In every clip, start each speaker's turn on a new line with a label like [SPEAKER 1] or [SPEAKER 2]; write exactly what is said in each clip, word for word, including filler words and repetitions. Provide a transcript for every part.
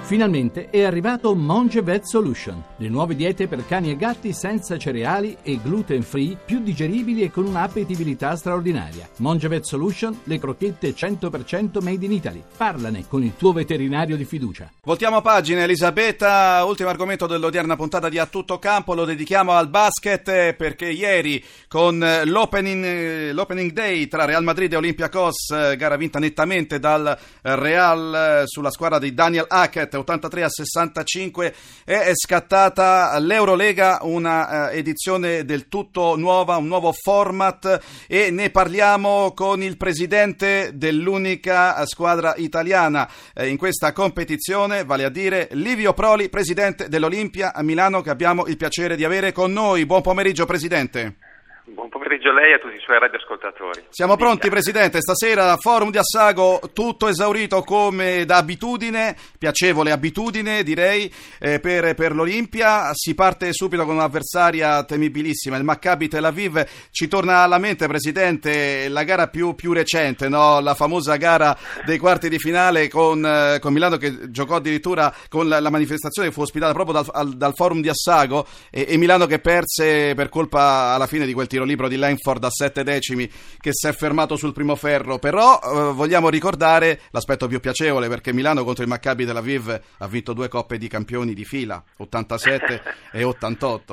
[SPEAKER 1] Finalmente è arrivato Monge Vet Solution, le nuove diete per cani e gatti senza cereali e gluten free, più digeribili e con un'appetibilità straordinaria. Monge Vet Solution, le crocchette cento per cento made in Italy. Parlane con il tuo veterinario di fiducia.
[SPEAKER 2] Voltiamo pagina, Elisabetta, ultimo argomento dell'odierna puntata di A Tutto Campo, lo dedichiamo al basket perché ieri con l'opening, l'opening day tra Real Madrid e Olympiacos, gara vinta nettamente dal Real sulla squadra di Daniel Hackett, ottantatré a sessantacinque, è scattata l'Eurolega, una eh, edizione del tutto nuova, un nuovo format, e ne parliamo con il presidente dell'unica squadra italiana eh, in questa competizione, vale a dire Livio Proli, presidente dell'Olimpia a Milano, che abbiamo il piacere di avere con noi. Buon pomeriggio, presidente.
[SPEAKER 3] Buon pomeriggio a lei e a tutti i suoi radioascoltatori.
[SPEAKER 2] Siamo pronti, presidente. Stasera forum di Assago tutto esaurito come da abitudine, piacevole abitudine direi, eh, per, per l'Olimpia. Si parte subito con un'avversaria temibilissima, il Maccabi Tel Aviv. Ci torna alla mente, presidente, la gara più, più recente, no? La famosa gara dei quarti di finale con, eh, con Milano, che giocò addirittura con la, la manifestazione che fu ospitata proprio dal, al, dal forum di Assago, e, e Milano che perse per colpa alla fine di quel tiro libero di Langford a sette decimi che si è fermato sul primo ferro. Però eh, vogliamo ricordare l'aspetto più piacevole, perché Milano contro il Maccabi Tel Aviv ha vinto due coppe di campioni di fila, ottantasette e ottantotto.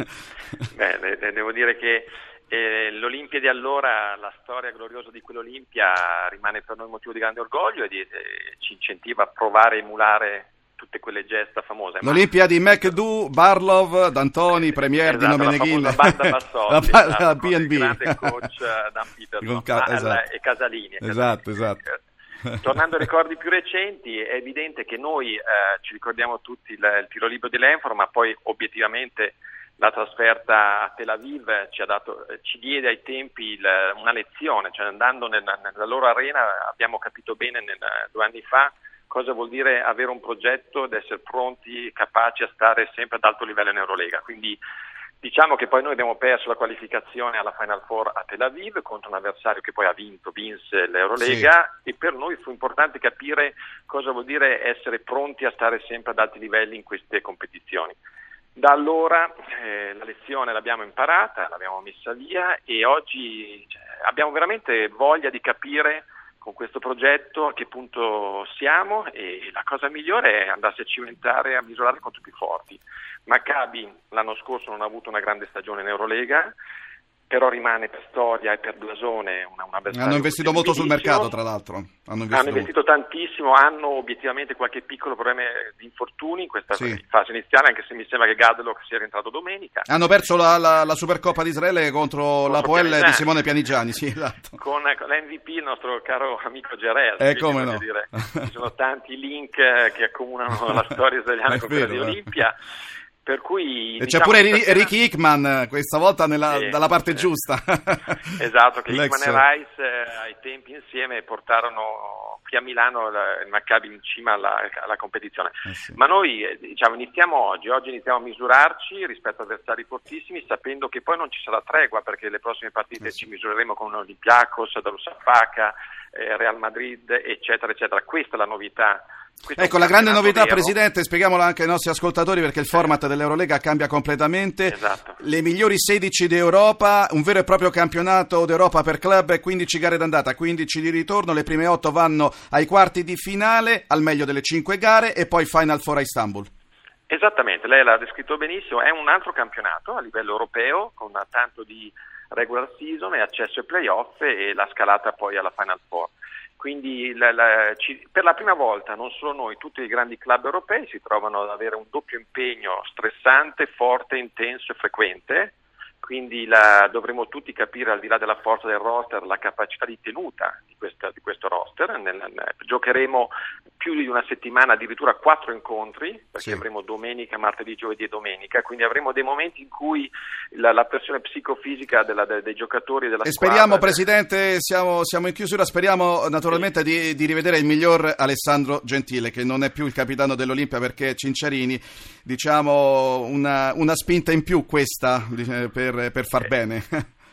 [SPEAKER 3] Beh, devo dire che eh, l'Olimpia di allora, la storia gloriosa di quell'Olimpia rimane per noi motivo di grande orgoglio e di, eh, ci incentiva a provare a emulare tutte quelle gesta famose.
[SPEAKER 2] L'Olimpia di McAdoo, Barlov, D'Antoni, Premier,
[SPEAKER 3] esatto,
[SPEAKER 2] di Nomeneghin,
[SPEAKER 3] la banda Bassotti,
[SPEAKER 2] la,
[SPEAKER 3] esatto,
[SPEAKER 2] la B and B,
[SPEAKER 3] il grande coach Dan Peterson
[SPEAKER 2] Ca-
[SPEAKER 3] ah,
[SPEAKER 2] esatto.
[SPEAKER 3] e Casalini.
[SPEAKER 2] Esatto,
[SPEAKER 3] Casalini.
[SPEAKER 2] esatto.
[SPEAKER 3] Tornando ai ricordi più recenti, è evidente che noi eh, ci ricordiamo tutti il, il tiro libero di Langford, ma poi obiettivamente la trasferta a Tel Aviv ci ha dato, ci diede ai tempi il, una lezione, cioè andando nella, nella loro arena abbiamo capito bene nel, due anni fa cosa vuol dire avere un progetto ed essere pronti, capaci a stare sempre ad alto livello in Eurolega. Quindi diciamo che poi noi abbiamo perso la qualificazione alla Final Four a Tel Aviv contro un avversario che poi ha vinto, vinse l'Eurolega, sì. E per noi fu importante capire cosa vuol dire essere pronti a stare sempre ad alti livelli in queste competizioni. Da allora eh, la lezione l'abbiamo imparata, l'abbiamo messa via e oggi cioè, abbiamo veramente voglia di capire con questo progetto a che punto siamo, e la cosa migliore è andarsi a cimentare, a misurare contro i più forti. Maccabi l'anno scorso non ha avuto una grande stagione in Eurolega, però rimane per storia e per blasone una, una avversario.
[SPEAKER 2] Hanno investito molto sul mercato, tra l'altro. Hanno investito,
[SPEAKER 3] hanno investito tantissimo, hanno obiettivamente qualche piccolo problema di infortuni in questa sì. fase iniziale, anche se mi sembra che Gadlock sia rientrato domenica.
[SPEAKER 2] Hanno perso la, la, la Supercoppa di Israele contro la Poel di Simone Pianigiani, sì, esatto.
[SPEAKER 3] Con, con l'M V P il nostro caro amico Gerard.
[SPEAKER 2] Eh, come no.
[SPEAKER 3] Dire, ci sono tanti link che accomunano la storia israeliana con quella di Olimpia. Per cui,
[SPEAKER 2] e
[SPEAKER 3] diciamo,
[SPEAKER 2] c'è pure stasera... Ricky Hickman questa volta nella, sì, dalla parte
[SPEAKER 3] sì.
[SPEAKER 2] giusta.
[SPEAKER 3] Esatto, che
[SPEAKER 2] L'ex...
[SPEAKER 3] Hickman e Rice eh, ai tempi insieme portarono qui a Milano il Maccabi in cima alla, alla competizione. Eh sì. Ma noi eh, diciamo iniziamo oggi, oggi iniziamo a misurarci rispetto a avversari fortissimi, sapendo che poi non ci sarà tregua, perché le prossime partite eh sì. ci misureremo con Olympiacos, Darussafaka, eh, Real Madrid, eccetera, eccetera. Questa è la novità. Questo
[SPEAKER 2] ecco, la grande novità,
[SPEAKER 3] vero.
[SPEAKER 2] Presidente, spieghiamola anche ai nostri ascoltatori, perché il format dell'Eurolega cambia completamente.
[SPEAKER 3] Esatto.
[SPEAKER 2] Le migliori sedici d'Europa, un vero e proprio campionato d'Europa per club, quindici gare d'andata, quindici di ritorno, le prime otto vanno ai quarti di finale, al meglio delle cinque gare, e poi Final Four a Istanbul.
[SPEAKER 3] Esattamente, lei l'ha descritto benissimo, è un altro campionato a livello europeo, con tanto di regular season e accesso ai playoff e la scalata poi alla Final Four. Quindi la, la, ci, per la prima volta non solo noi, tutti i grandi club europei si trovano ad avere un doppio impegno stressante, forte, intenso e frequente. Quindi la, dovremo tutti capire, al di là della forza del roster, la capacità di tenuta di, questa, di questo roster. Nel, nel, giocheremo più di una settimana, addirittura quattro incontri, perché sì. avremo domenica, martedì, giovedì e domenica, quindi avremo dei momenti in cui la, la pressione psicofisica della, de, dei giocatori della
[SPEAKER 2] e
[SPEAKER 3] squadra...
[SPEAKER 2] speriamo, Presidente, siamo, siamo in chiusura, speriamo naturalmente sì. di, di rivedere il miglior Alessandro Gentile, che non è più il capitano dell'Olimpia perché Cinciarini, diciamo, una, una spinta in più questa per, per far eh. bene.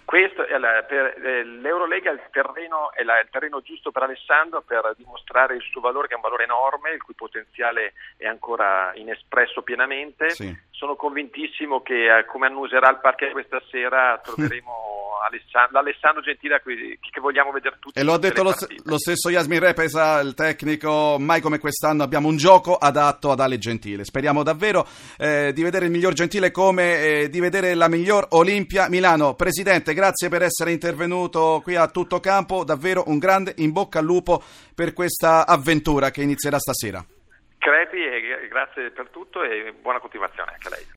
[SPEAKER 3] Questo è la, per eh, l'Eurolega è il terreno, è la, il terreno giusto per Alessandro per dimostrare il suo valore, che è un valore enorme, il cui potenziale è ancora inespresso pienamente.
[SPEAKER 2] Sì.
[SPEAKER 3] Sono convintissimo che, eh, come annuserà il parquet questa sera, troveremo Alessandro, l'Alessandro Gentile che, che vogliamo vedere tutti.
[SPEAKER 2] E lo ha detto lo, lo stesso Yasmin Repesa, il tecnico. Mai come quest'anno abbiamo un gioco adatto ad Ale Gentile. Speriamo davvero eh, di vedere il miglior Gentile, come eh, di vedere la miglior Olimpia Milano. Presidente, grazie per essere intervenuto qui a Tutto Campo, davvero un grande in bocca al lupo per questa avventura che inizierà stasera.
[SPEAKER 3] Crepi, e grazie per tutto e buona continuazione anche a lei.